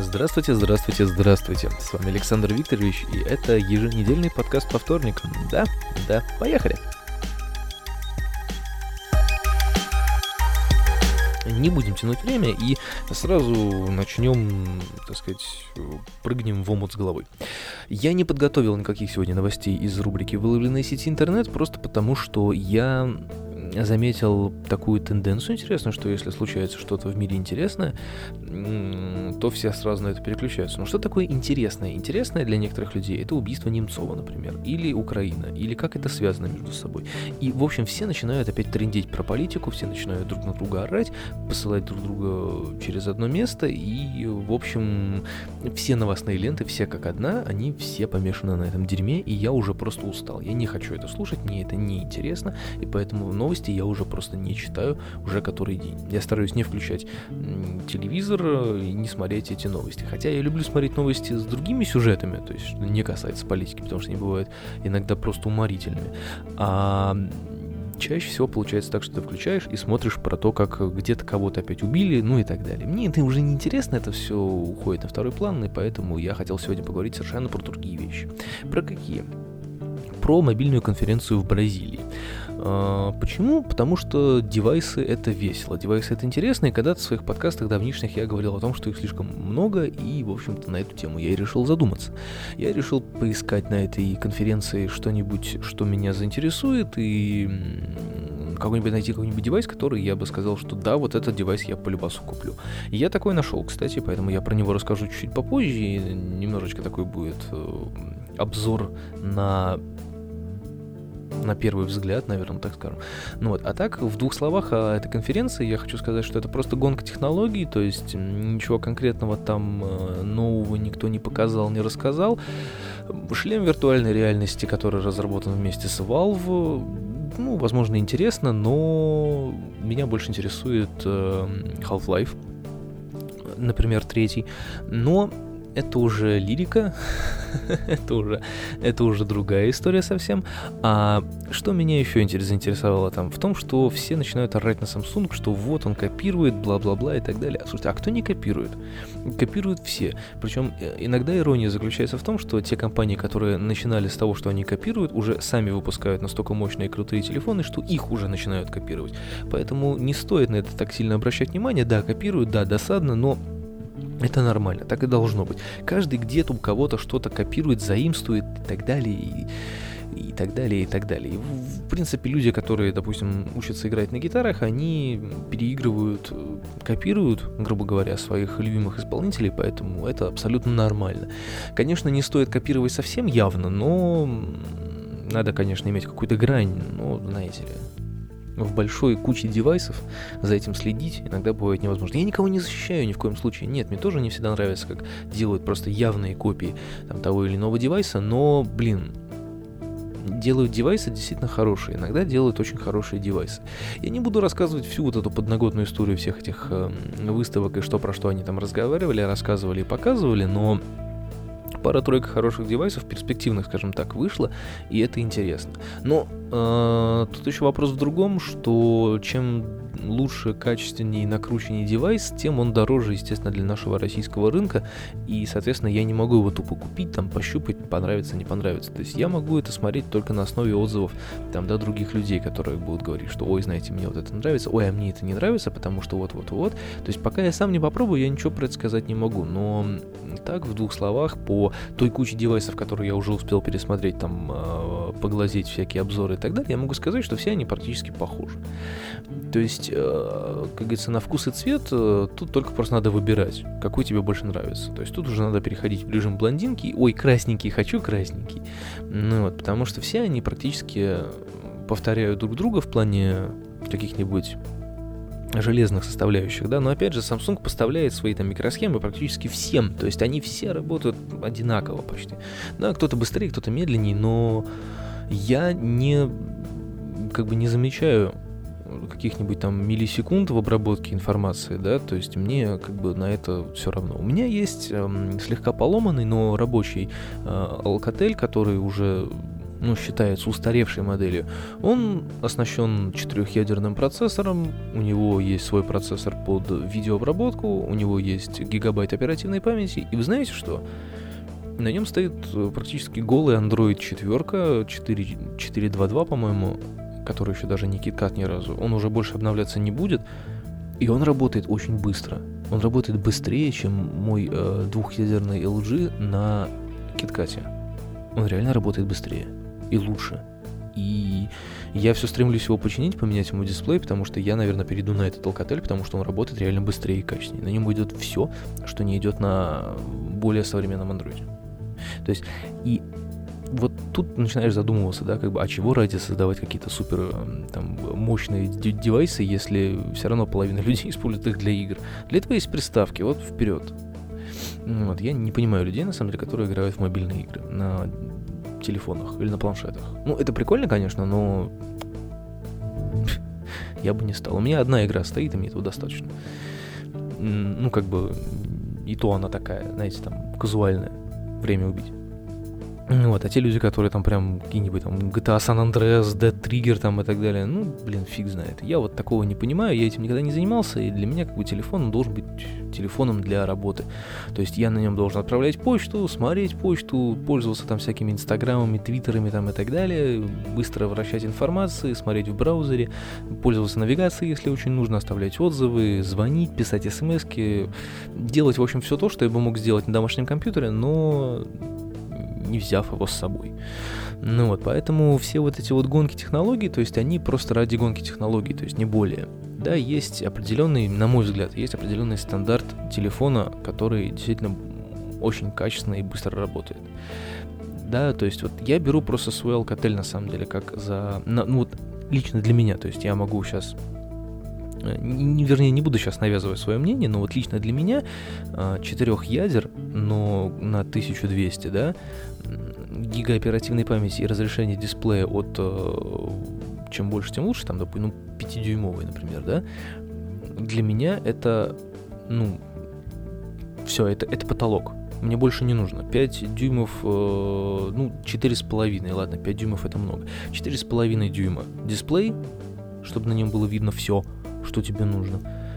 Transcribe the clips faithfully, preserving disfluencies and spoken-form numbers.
Здравствуйте, здравствуйте, здравствуйте. С вами Александр Викторович, и это еженедельный подкаст по вторникам. Да, да, поехали. Не будем тянуть время и сразу начнем, так сказать, прыгнем в омут с головой. Я не подготовил никаких сегодня новостей из рубрики «Выловленные сети интернет», просто потому что я заметил такую тенденцию интересную, что если случается что-то в мире интересное, то все сразу на это переключаются. Но что такое интересное? Интересное для некоторых людей — это убийство Немцова, например, или Украина, или как это связано между собой. И, в общем, все начинают опять трындеть про политику, все начинают друг на друга орать, посылать друг друга через одно место, и, в общем, все новостные ленты, все как одна, они все помешаны на этом дерьме, и я уже просто устал. Я не хочу это слушать, мне это не интересно, и поэтому новости я уже просто не читаю уже который день. Я стараюсь не включать м, телевизор и не смотреть эти новости. Хотя я люблю смотреть новости с другими сюжетами, то есть что не касается политики, потому что они бывают иногда просто уморительными. А чаще всего получается так, что ты включаешь и смотришь про то, как где-то кого-то опять убили, ну и так далее. Мне это уже не интересно, это все уходит на второй план, и поэтому я хотел сегодня поговорить совершенно про другие вещи. Про какие? Про мобильную конференцию в Бразилии. А, почему? Потому что девайсы — это весело, девайсы — это интересно, и когда-то в своих подкастах давнишних я говорил о том, что их слишком много, и, в общем-то, на эту тему я и решил задуматься. Я решил поискать на этой конференции что-нибудь, что меня заинтересует, и какой-нибудь найти какой-нибудь девайс, который я бы сказал, что да, вот этот девайс я по любасу куплю. И я такой нашел, кстати, поэтому я про него расскажу чуть-чуть попозже, и немножечко такой будет э, обзор на... на первый взгляд, наверное, так скажем. Ну вот, а так, в двух словах о этой конференции я хочу сказать, что это просто гонка технологий, то есть ничего конкретного там нового никто не показал, не рассказал. Шлем виртуальной реальности, который разработан вместе с Valve, ну, возможно, интересно, но меня больше интересует э, Half-Life, например, третий, но это уже лирика, это, уже, это уже другая история совсем. А что меня еще заинтересовало там? В том, что все начинают орать на Samsung, что вот он копирует, бла-бла-бла и так далее. А слушайте, а кто не копирует? Копируют все. Причем иногда ирония заключается в том, что те компании, которые начинали с того, что они копируют, уже сами выпускают настолько мощные и крутые телефоны, что их уже начинают копировать. Поэтому не стоит на это так сильно обращать внимание. Да, копируют, да, досадно, но это нормально, так и должно быть. Каждый где-то у кого-то что-то копирует, заимствует и так далее, и, и так далее, и так далее. И, в принципе, люди, которые, допустим, учатся играть на гитарах, они переигрывают, копируют, грубо говоря, своих любимых исполнителей, поэтому это абсолютно нормально. Конечно, не стоит копировать совсем явно, но надо, конечно, иметь какую-то грань, ну, знаете ли. В большой куче девайсов за этим следить иногда бывает невозможно. Я никого не защищаю ни в коем случае. Нет, мне тоже не всегда нравится, как делают просто явные копии там, того или иного девайса, но, блин, делают девайсы действительно хорошие. Иногда делают очень хорошие девайсы. Я не буду рассказывать всю вот эту подноготную историю всех этих э, выставок и что про что они там разговаривали, рассказывали и показывали, но пара-тройка хороших девайсов, перспективных, скажем так, вышло, и это интересно. Но э, тут еще вопрос в другом, что чем лучше, качественнее и накрученнее девайс, тем он дороже, естественно, для нашего российского рынка, и, соответственно, я не могу его тупо купить, там, пощупать, понравится, не понравится. То есть я могу это смотреть только на основе отзывов, там, да, других людей, которые будут говорить, что, ой, знаете, мне вот это нравится, ой, а мне это не нравится, потому что вот-вот-вот. То есть пока я сам не попробую, я ничего про это сказать не могу, но так, в двух словах, по той куче девайсов, которые я уже успел пересмотреть, там, э, поглазеть всякие обзоры и так далее, я могу сказать, что все они практически похожи. То есть, э, как говорится, на вкус и цвет э, тут только просто надо выбирать, какой тебе больше нравится. То есть тут уже надо переходить в режим блондинки, ой, красненький, хочу красненький. Ну вот, потому что все они практически повторяют друг друга в плане каких-нибудь железных составляющих, да, но опять же Samsung поставляет свои там микросхемы практически всем, то есть они все работают одинаково почти. Да, кто-то быстрее, кто-то медленнее, но я не, как бы не замечаю каких-нибудь там миллисекунд в обработке информации, да, то есть мне как бы на это все равно. У меня есть эм, слегка поломанный, но рабочий э, Alcatel, который уже ну, считается устаревшей моделью, он оснащен четырехъядерным процессором, у него есть свой процессор под видеообработку, у него есть гигабайт оперативной памяти, и вы знаете что? На нем стоит практически голый Android четыре, четыре точка два точка два, по-моему, который еще даже не KitKat ни разу, он уже больше обновляться не будет, и он работает очень быстро. Он работает быстрее, чем мой э, двухъядерный эл джи на KitKat. Он реально работает быстрее и лучше. И я все стремлюсь его починить, поменять ему дисплей, потому что я, наверное, перейду на этот Alcatel, потому что он работает реально быстрее и качественнее. На нем идет все, что не идет на более современном Android. То есть, и вот тут начинаешь задумываться, да, как бы, а чего ради создавать какие-то супер там мощные д- девайсы, если все равно половина людей использует их для игр. Для этого есть приставки, вот вперед. Вот, я не понимаю людей, на самом деле, которые играют в мобильные игры на телефонах или на планшетах. Ну, это прикольно, конечно, но я бы не стал. У меня одна игра стоит, и мне этого достаточно. Ну, как бы, и то она такая, знаете, там, казуальная. Время убить. Вот, а те люди, которые там прям какие-нибудь там джи ти эй San Andreas, Dead Trigger там и так далее, ну, блин, фиг знает. Я вот такого не понимаю, я этим никогда не занимался, и для меня как бы телефон должен быть телефоном для работы. То есть я на нем должен отправлять почту, смотреть почту, пользоваться там всякими инстаграмами, твиттерами там и так далее, быстро вращать информацию, смотреть в браузере, пользоваться навигацией, если очень нужно, оставлять отзывы, звонить, писать смски, делать, в общем, все то, что я бы мог сделать на домашнем компьютере, но не взяв его с собой. Ну вот, поэтому все вот эти вот гонки технологий, то есть они просто ради гонки технологий, то есть не более. Да, есть определенный, на мой взгляд, есть определенный стандарт телефона, который действительно очень качественно и быстро работает. Да, то есть вот я беру просто свой Alcatel на самом деле как за... Ну вот лично для меня, то есть я могу сейчас... Не, вернее, не буду сейчас навязывать свое мнение, но вот лично для меня четырех ядер, но на тысячу двести, да, гига оперативной памяти и разрешение дисплея от чем больше, тем лучше, там, допустим, ну, пятидюймовый, например, да, для меня это, ну, все, это, это потолок. Мне больше не нужно. пять дюймов, э, ну, четыре с половиной, ладно, пять дюймов это много. четыре с половиной дюйма дисплей, чтобы на нем было видно все, что тебе нужно.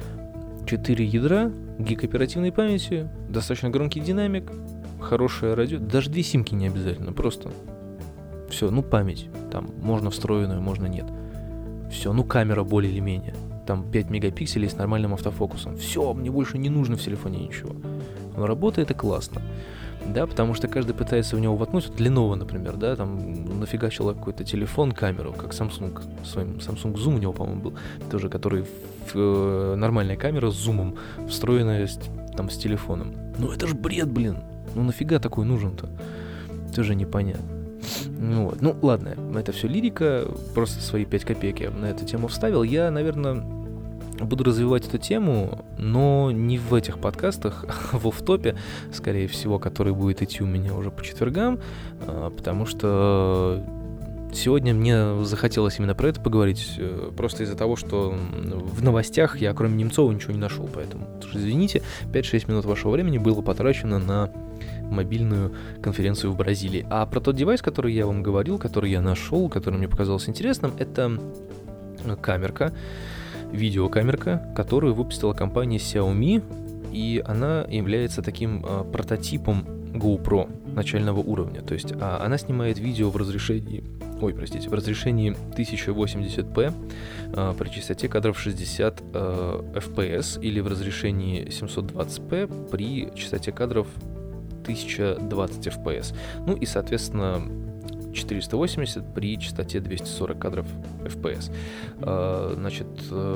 четыре ядра, гиг оперативной памяти, достаточно громкий динамик, хорошее радио, даже две симки не обязательно, просто все, ну память, там можно встроенную, можно нет. Все, ну камера более или менее, там пять мегапикселей с нормальным автофокусом. Все, мне больше не нужно в телефоне ничего. Он работает и классно. Да, потому что каждый пытается в него воткнуть, вот Lenovo, например, да, там нафигачил какой-то телефон, камеру, как Samsung, своим Samsung Zoom у него, по-моему, был, тоже, который в, э, нормальная камера с зумом, встроенная с, там с телефоном. Ну это ж бред, блин, ну нафига такой нужен-то? Тоже непонятно. Ну вот, ну ладно, это все лирика, просто свои пять копеек я на эту тему вставил. Я, наверное, буду развивать эту тему, но не в этих подкастах, а в офф-топе, скорее всего, который будет идти у меня уже по четвергам, потому что сегодня мне захотелось именно про это поговорить, просто из-за того, что в новостях я кроме Немцова ничего не нашел, поэтому, извините, пять-шесть минут вашего времени было потрачено на мобильную конференцию в Бразилии. А про тот девайс, который я вам говорил, который я нашел, который мне показался интересным, это камерка, видеокамерка, которую выпустила компания Xiaomi, и она является таким а, прототипом GoPro начального уровня. То есть а, она снимает видео в разрешении, ой, простите, в разрешении тысяча восемьдесят пэ а, при частоте кадров шестьдесят а, эф пи эс или в разрешении семьсот двадцать пэ при частоте кадров тысяча двадцать эф пи эс. Ну и, соответственно, четыреста восемьдесят при частоте двести сорок кадров эф пи эс. Значит,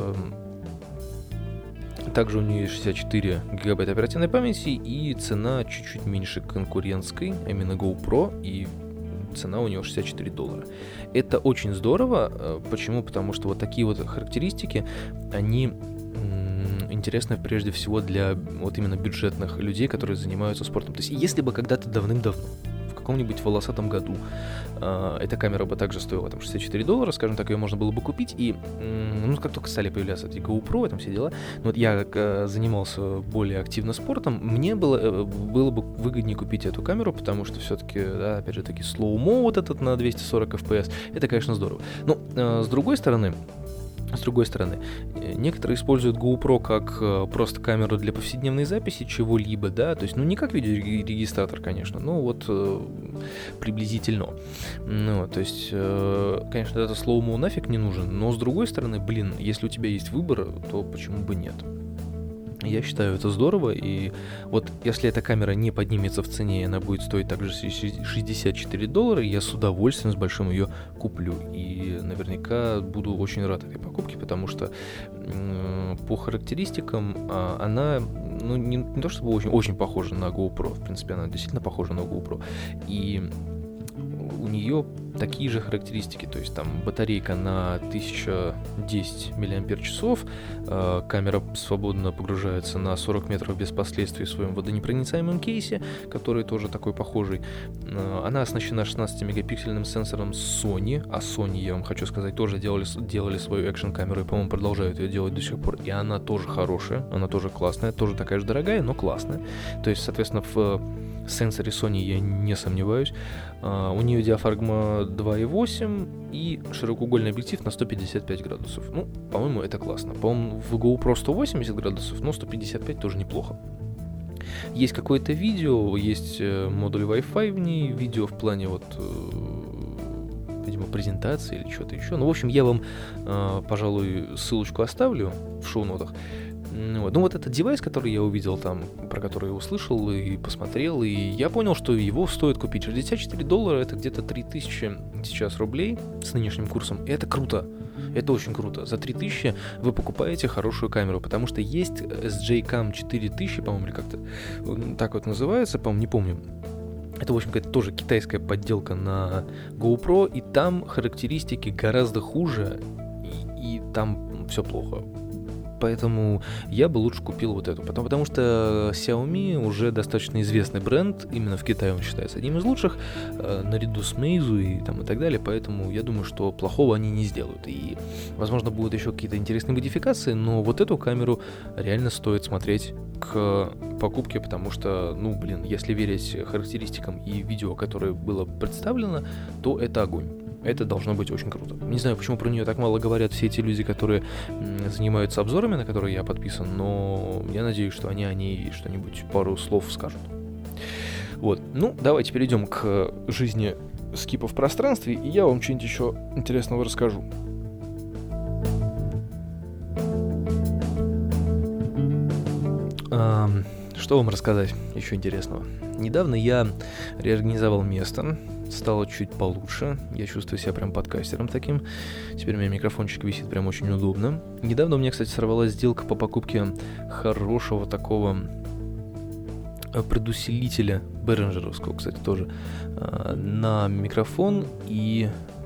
также у нее есть шестьдесят четыре гигабайта оперативной памяти и цена чуть-чуть меньше конкурентской, именно GoPro, и цена у нее шестьдесят четыре доллара. Это очень здорово. Почему? Потому что вот такие вот характеристики, они интересны прежде всего для вот именно бюджетных людей, которые занимаются спортом. То есть если бы когда-то давным-давно, в каком-нибудь волосатом году э, эта камера бы также стоила там шестьдесят четыре доллара, скажем так, ее можно было бы купить, и э, ну, как только стали появляться эти GoPro, там все дела, ну, вот я э, занимался более активно спортом, мне было, э, было бы выгоднее купить эту камеру, потому что все-таки, да, опять же таки, slow-mo вот этот на двести сорок эф пи эс, это, конечно, здорово. Но э, с другой стороны, С другой стороны, некоторые используют GoPro как просто камеру для повседневной записи чего-либо, да, то есть, ну, не как видеорегистратор, конечно, но вот э, приблизительно. Ну, то есть, э, конечно, это slow-mo нафиг не нужен, но с другой стороны, блин, если у тебя есть выбор, то почему бы нет? Я считаю, это здорово, и вот если эта камера не поднимется в цене, и она будет стоить также шестьдесят четыре доллара, я с удовольствием, с большим ее куплю, и наверняка буду очень рад этой покупке, потому что э, по характеристикам э, она, ну, не, не то чтобы очень, очень похожа на GoPro, в принципе, она действительно похожа на GoPro, и у нее такие же характеристики, то есть там батарейка на тысяча десять миллиампер-часов, э, камера свободно погружается на сорок метров без последствий в своем водонепроницаемом кейсе, который тоже такой похожий. Э, она оснащена шестнадцатимегапиксельным сенсором Sony, а Sony, я вам хочу сказать, тоже делали, делали свою экшн-камеру и, по-моему, продолжают ее делать до сих пор, и она тоже хорошая, она тоже классная, тоже такая же дорогая, но классная. То есть, соответственно, в сенсоре Sony я не сомневаюсь. Uh, у нее диафрагма два и восемь и широкоугольный объектив на сто пятьдесят пять градусов. Ну, по-моему, это классно. По-моему, в GoPro сто восемьдесят градусов, но сто пятьдесят пять тоже неплохо. Есть какое-то видео, есть э, модуль Wi-Fi в ней, видео в плане вот, э, видимо, презентации или что-то еще. Ну, в общем, я вам, э, пожалуй, ссылочку оставлю в шоу-нотах. Вот. Ну вот этот девайс, который я увидел там, про который я услышал и посмотрел, и я понял, что его стоит купить. шестьдесят четыре доллара, это где-то три тысячи сейчас рублей с нынешним курсом, и это круто. Это очень круто. За три тысячи вы покупаете хорошую камеру, потому что есть эс джей кам четыре тысячи, по-моему, или как-то так вот называется, по-моему, не помню. Это, в общем, какая-то тоже китайская подделка на GoPro, и там характеристики гораздо хуже, и, и там все плохо. Поэтому я бы лучше купил вот эту. Потому, потому что Xiaomi уже достаточно известный бренд, именно в Китае он считается одним из лучших, э, наряду с Meizu и, там, и так далее, поэтому я думаю, что плохого они не сделают. И, возможно, будут еще какие-то интересные модификации, но вот эту камеру реально стоит смотреть к покупке, потому что, ну, блин, если верить характеристикам и видео, которое было представлено, то это огонь. Это должно быть очень круто. Не знаю, почему про нее так мало говорят все эти люди, которые м, занимаются обзорами, на которые я подписан, но я надеюсь, что они о ней что-нибудь, пару слов скажут. Вот, ну, давайте перейдем к жизни скипа в пространстве, и я вам что-нибудь еще интересного расскажу. А, что вам рассказать еще интересного? Недавно я реорганизовал место, стало чуть получше, я чувствую себя прям подкастером таким, теперь у меня микрофончик висит прям очень удобно. Недавно у меня, кстати, сорвалась сделка по покупке хорошего такого предусилителя, Behringer'овского, кстати, тоже, на микрофон, и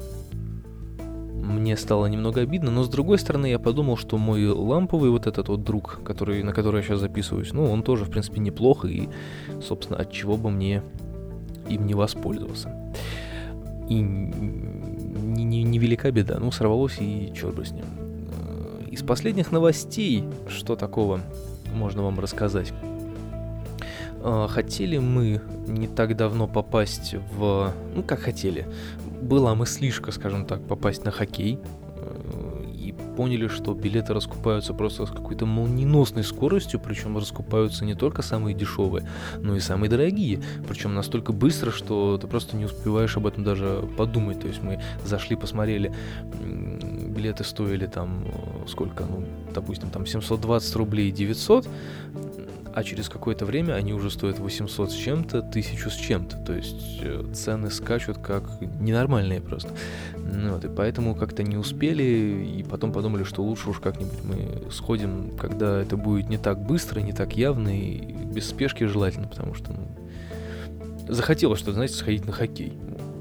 мне стало немного обидно, но с другой стороны я подумал, что мой ламповый вот этот вот друг, который, на который я сейчас записываюсь, ну, он тоже, в принципе, неплох, и, собственно, от чего бы мне им не воспользоваться. И не, не, не велика беда, ну, сорвалось, и черт бы с ним. Из последних новостей, что такого можно вам рассказать? Хотели мы не так давно попасть в... Ну, как хотели. Была мыслишка, скажем так, попасть на хоккей. И поняли, что билеты раскупаются просто с какой-то молниеносной скоростью, причем раскупаются не только самые дешевые, но и самые дорогие. Причем настолько быстро, что ты просто не успеваешь об этом даже подумать. То есть мы зашли, посмотрели, билеты стоили там сколько, ну, допустим, там семьсот двадцать рублей, девятьсот, а через какое-то время они уже стоят восемьсот с чем-то, тысячу с чем-то. То есть э, цены скачут как ненормальные просто. Ну, вот, и поэтому как-то не успели, и потом подумали, что лучше уж как-нибудь мы сходим, когда это будет не так быстро, не так явно, и без спешки желательно, потому что, ну, захотелось, что, знаете, сходить на хоккей.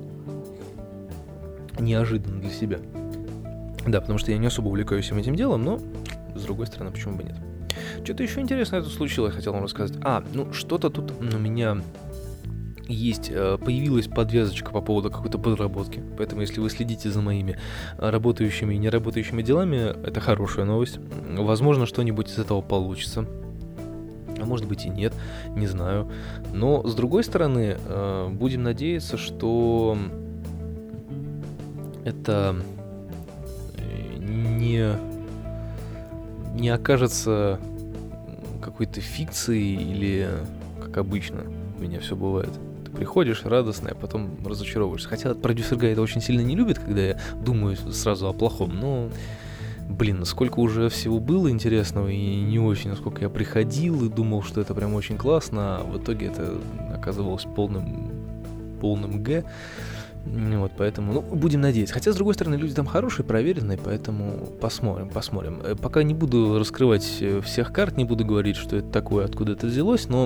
Неожиданно для себя. Да, потому что я не особо увлекаюсь всем этим делом, но, с другой стороны, почему бы нет. Что-то еще интересное тут случилось, я хотел вам рассказать. А, ну что-то тут у меня есть, появилась подвязочка по поводу какой-то подработки. Поэтому, если вы следите за моими работающими и неработающими делами, это хорошая новость. Возможно, что-нибудь из этого получится. А может быть и нет, не знаю. Но, с другой стороны, будем надеяться, что это не, не окажется какой-то фикцией или, как обычно, у меня все бывает. Приходишь радостный, а потом разочаровываешься. Хотя продюсер Гай это очень сильно не любит, когда я думаю сразу о плохом, но, блин, сколько уже всего было интересного, и не очень, насколько я приходил и думал, что это прям очень классно, а в итоге это оказывалось полным, полным Г. Вот, поэтому, ну, будем надеяться. Хотя, с другой стороны, люди там хорошие, проверенные, поэтому посмотрим, посмотрим. Пока не буду раскрывать всех карт, не буду говорить, что это такое, откуда это взялось, но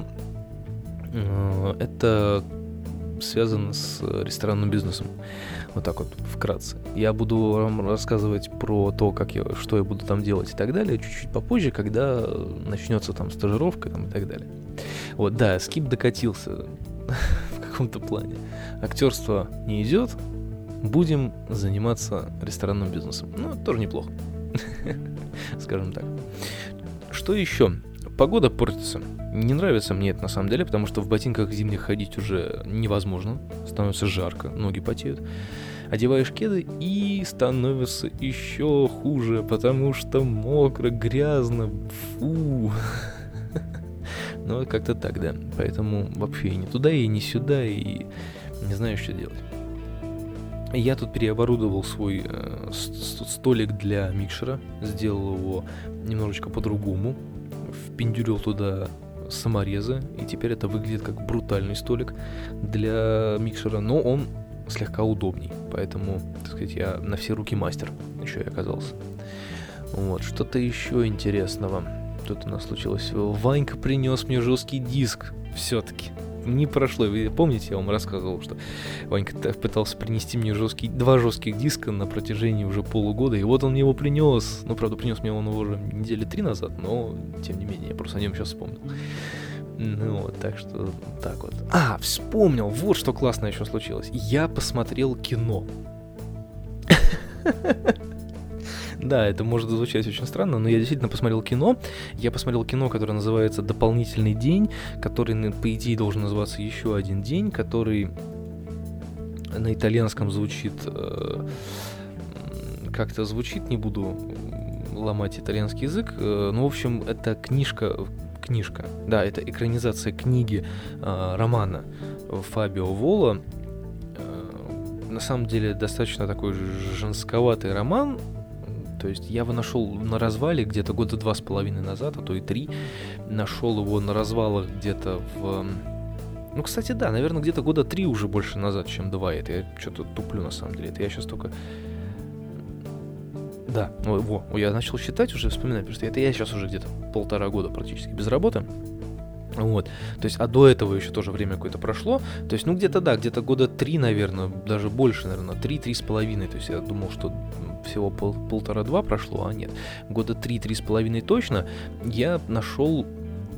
это связано с ресторанным бизнесом. Вот так вот, вкратце. Я буду вам рассказывать про то, как я, что я буду там делать и так далее, чуть-чуть попозже, когда начнется там стажировка там, и так далее. Вот, да, скип докатился в каком-то плане. Актерство не идет, будем заниматься ресторанным бизнесом. Ну, это тоже неплохо. Скажем так. Что еще? Погода портится. Не нравится мне это на самом деле, потому что в ботинках зимних ходить уже невозможно. Становится жарко, ноги потеют. Одеваешь кеды и становится еще хуже, потому что мокро, грязно, фу. Ну, как-то так, да. Поэтому вообще и не туда, и не сюда, и не знаю, что делать. Я тут переоборудовал свой э, столик для микшера, сделал его немножечко по-другому, впендюрил туда саморезы, и теперь это выглядит как брутальный столик для микшера, но он слегка удобней, поэтому, так сказать, я на все руки мастер еще и оказался. Вот, что-то еще интересного тут у нас случилось. Ванька принес мне жесткий диск, все-таки. Не прошло. Вы помните, я вам рассказывал, что Ванька пытался принести мне жесткий, два жестких диска на протяжении уже полугода, и вот он мне его принес. Ну, правда, принес мне он его уже недели три назад, но, тем не менее, я просто о нем сейчас вспомнил. Ну вот, так что, так вот. А, вспомнил, вот что классно еще случилось. Я посмотрел кино. Да, это может звучать очень странно, но я действительно посмотрел кино. Я посмотрел кино, которое называется «Дополнительный день», который, по идее, должен называться «Еще один день», который на итальянском звучит... Э, как-то звучит, не буду ломать итальянский язык. Э, ну, в общем, это книжка... Книжка, да, это экранизация книги э, романа Фабио Воло. Э, на самом деле, достаточно такой женсковатый роман. То есть я его нашел на развале где-то года два с половиной назад, а то и три. Нашел его на развалах где-то в... Ну, кстати, да, наверное, где-то года три уже больше назад, чем два. Это я что-то туплю, на самом деле. Это я сейчас только... Да, во, я начал считать уже, вспоминать, потому что это я сейчас уже где-то полтора года практически без работы. Вот, то есть, а до этого еще тоже время какое-то прошло, то есть, ну, где-то, да, где-то года три, наверное, даже больше, наверное, три-три с половиной, то есть, я думал, что всего пол, полтора-два прошло, а нет, года три-три с половиной точно, я нашел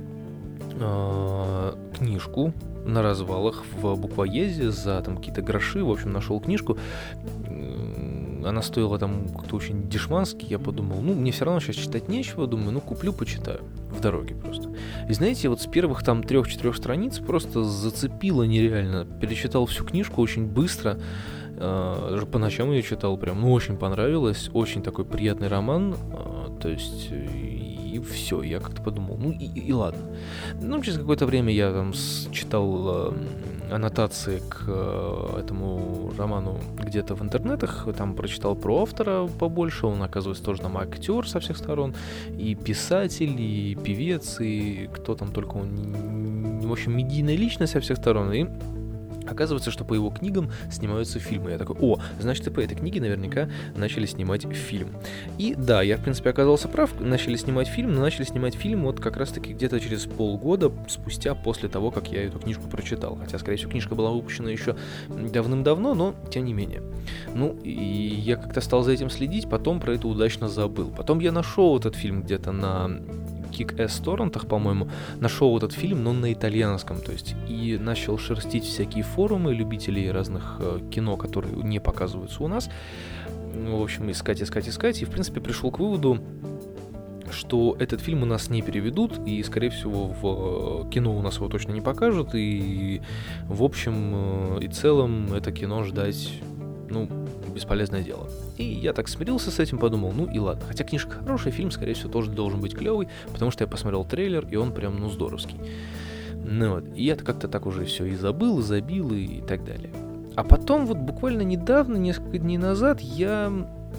э, книжку на развалах в буквоезе за там какие-то гроши, в общем, нашел книжку. Она стоила там как-то очень дешмански, я подумал, ну, мне все равно сейчас читать нечего, думаю, ну, куплю, почитаю в дороге просто. И знаете, вот с первых там трех-четырех страниц просто зацепило нереально, перечитал всю книжку очень быстро, э, по ночам ее читал, прям, ну, очень понравилось, очень такой приятный роман, э, то есть, и, и все, я как-то подумал, ну, и, и ладно. Ну, через какое-то время я там читал... Э, аннотации к э, этому роману где-то в интернетах, там прочитал про автора побольше, он, оказывается, тоже там актер со всех сторон, и писатель, и певец, и кто там только он, в общем, медийная личность со всех сторон, и оказывается, что по его книгам снимаются фильмы. Я такой, о, значит, и по этой книге наверняка начали снимать фильм. И да, я, в принципе, оказался прав, начали снимать фильм, но начали снимать фильм вот как раз-таки где-то через полгода спустя после того, как я эту книжку прочитал. Хотя, скорее всего, книжка была выпущена еще давным-давно, но тем не менее. Ну, и я как-то стал за этим следить, потом про это удачно забыл. Потом я нашел этот фильм где-то на Kick-Ass торрентах, по-моему, нашел этот фильм, но на итальянском, то есть, и начал шерстить всякие форумы любителей разных э, кино, которые не показываются у нас. В общем, искать, искать, искать, и, в принципе, пришел к выводу, что этот фильм у нас не переведут, и, скорее всего, в кино у нас его точно не покажут, и, в общем и целом, это кино ждать, ну, бесполезное дело. И я так смирился с этим, подумал, ну и ладно. Хотя книжка хорошая, фильм, скорее всего, тоже должен быть клевый, потому что я посмотрел трейлер, и он прям, ну, здоровский. Ну вот, и я как-то так уже все и забыл, и забил, и так далее. А потом, вот буквально недавно, несколько дней назад, я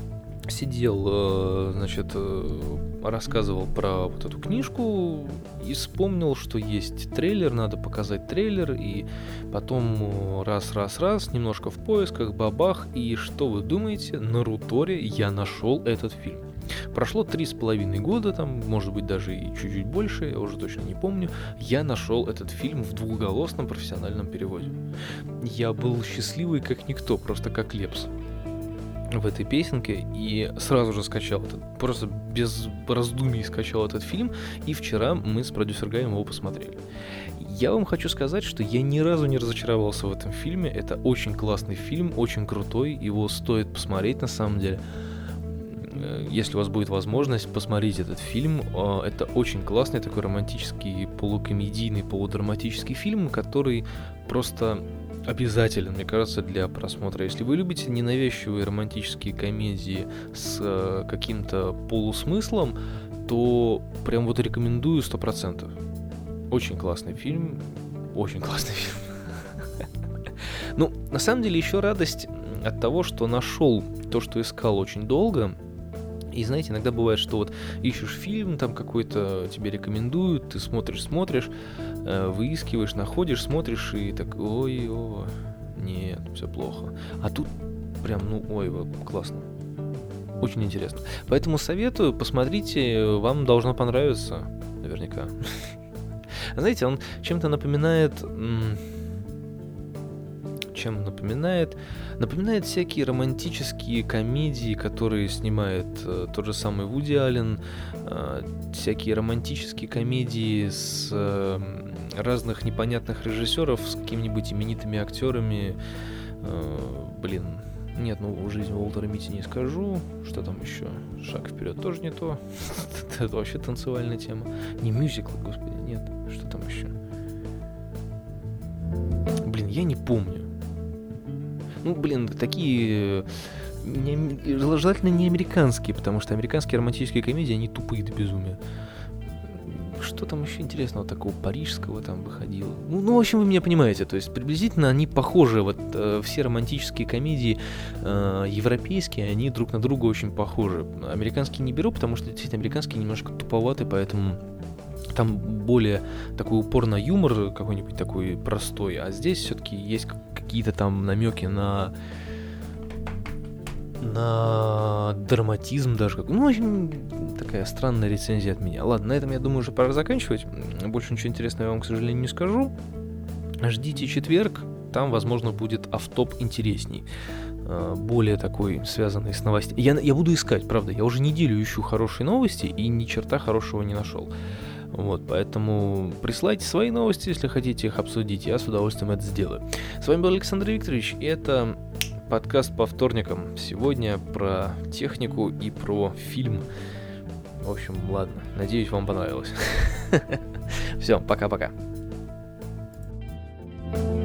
сидел, значит, рассказывал про вот эту книжку и вспомнил, что есть трейлер, надо показать трейлер, и потом раз-раз-раз, немножко в поисках, бабах, и что вы думаете, на Руторе я нашел этот фильм. Прошло три с половиной года, там, может быть, даже и чуть-чуть больше, я уже точно не помню, я нашел этот фильм в двухголосном профессиональном переводе. Я был счастливый как никто, просто как Лепс в этой песенке, и сразу же скачал этот, просто без раздумий скачал этот фильм, и вчера мы с продюсер Гаем его посмотрели. Я вам хочу сказать, что я ни разу не разочаровался в этом фильме, это очень классный фильм, очень крутой, его стоит посмотреть на самом деле. Если у вас будет возможность, посмотреть этот фильм. Это очень классный такой романтический, полукомедийный, полудраматический фильм, который просто обязателен, мне кажется, для просмотра. Если вы любите ненавязчивые романтические комедии с каким-то полусмыслом, то прям вот рекомендую сто процентов. Очень классный фильм, очень классный фильм. Ну, на самом деле, еще радость от того, что нашел то, что искал очень долго. И знаете, иногда бывает, что вот ищешь фильм там какой-то, тебе рекомендуют, ты смотришь, смотришь, э, выискиваешь, находишь, смотришь и так, ой-ой, нет, все плохо. А тут прям, ну, ой, классно. Очень интересно. Поэтому советую, посмотрите, вам должно понравиться, наверняка. Знаете, он чем-то напоминает... чем напоминает? Напоминает всякие романтические комедии, которые снимает э, тот же самый Вуди Аллен, э, всякие романтические комедии с э, разных непонятных режиссеров, с какими-нибудь именитыми актерами. Э, блин, нет, ну, «Жизнь Уолтера Митти» не скажу. Что там еще? «Шаг вперед» тоже не то. Это вообще танцевальная тема. Не мюзикл, господи, нет. Что там еще? Блин, я не помню. Ну, блин, такие не, желательно не американские, потому что американские романтические комедии, они тупые до безумия. Что там еще интересного такого парижского там выходило? Ну, ну, в общем, вы меня понимаете, то есть приблизительно они похожи, вот э, все романтические комедии э, европейские, они друг на друга очень похожи. Американские не беру, потому что действительно американские немножко туповаты, поэтому... Там более такой упор на юмор, какой-нибудь такой простой, а здесь все-таки есть какие-то там намеки на на драматизм даже. Ну, в общем, такая странная рецензия от меня. Ладно, на этом, я думаю, уже пора заканчивать. Больше ничего интересного я вам, к сожалению, не скажу. Ждите четверг, там, возможно, будет автоп интересней. Более такой, связанный с новостями. Я, я буду искать, правда, я уже неделю ищу хорошие новости и ни черта хорошего не нашел. Вот, поэтому присылайте свои новости, если хотите их обсудить, я с удовольствием это сделаю. С вами был Александр Викторович, и это подкаст по вторникам. Сегодня про технику и про фильм. В общем, ладно, надеюсь, вам понравилось. Все, пока-пока.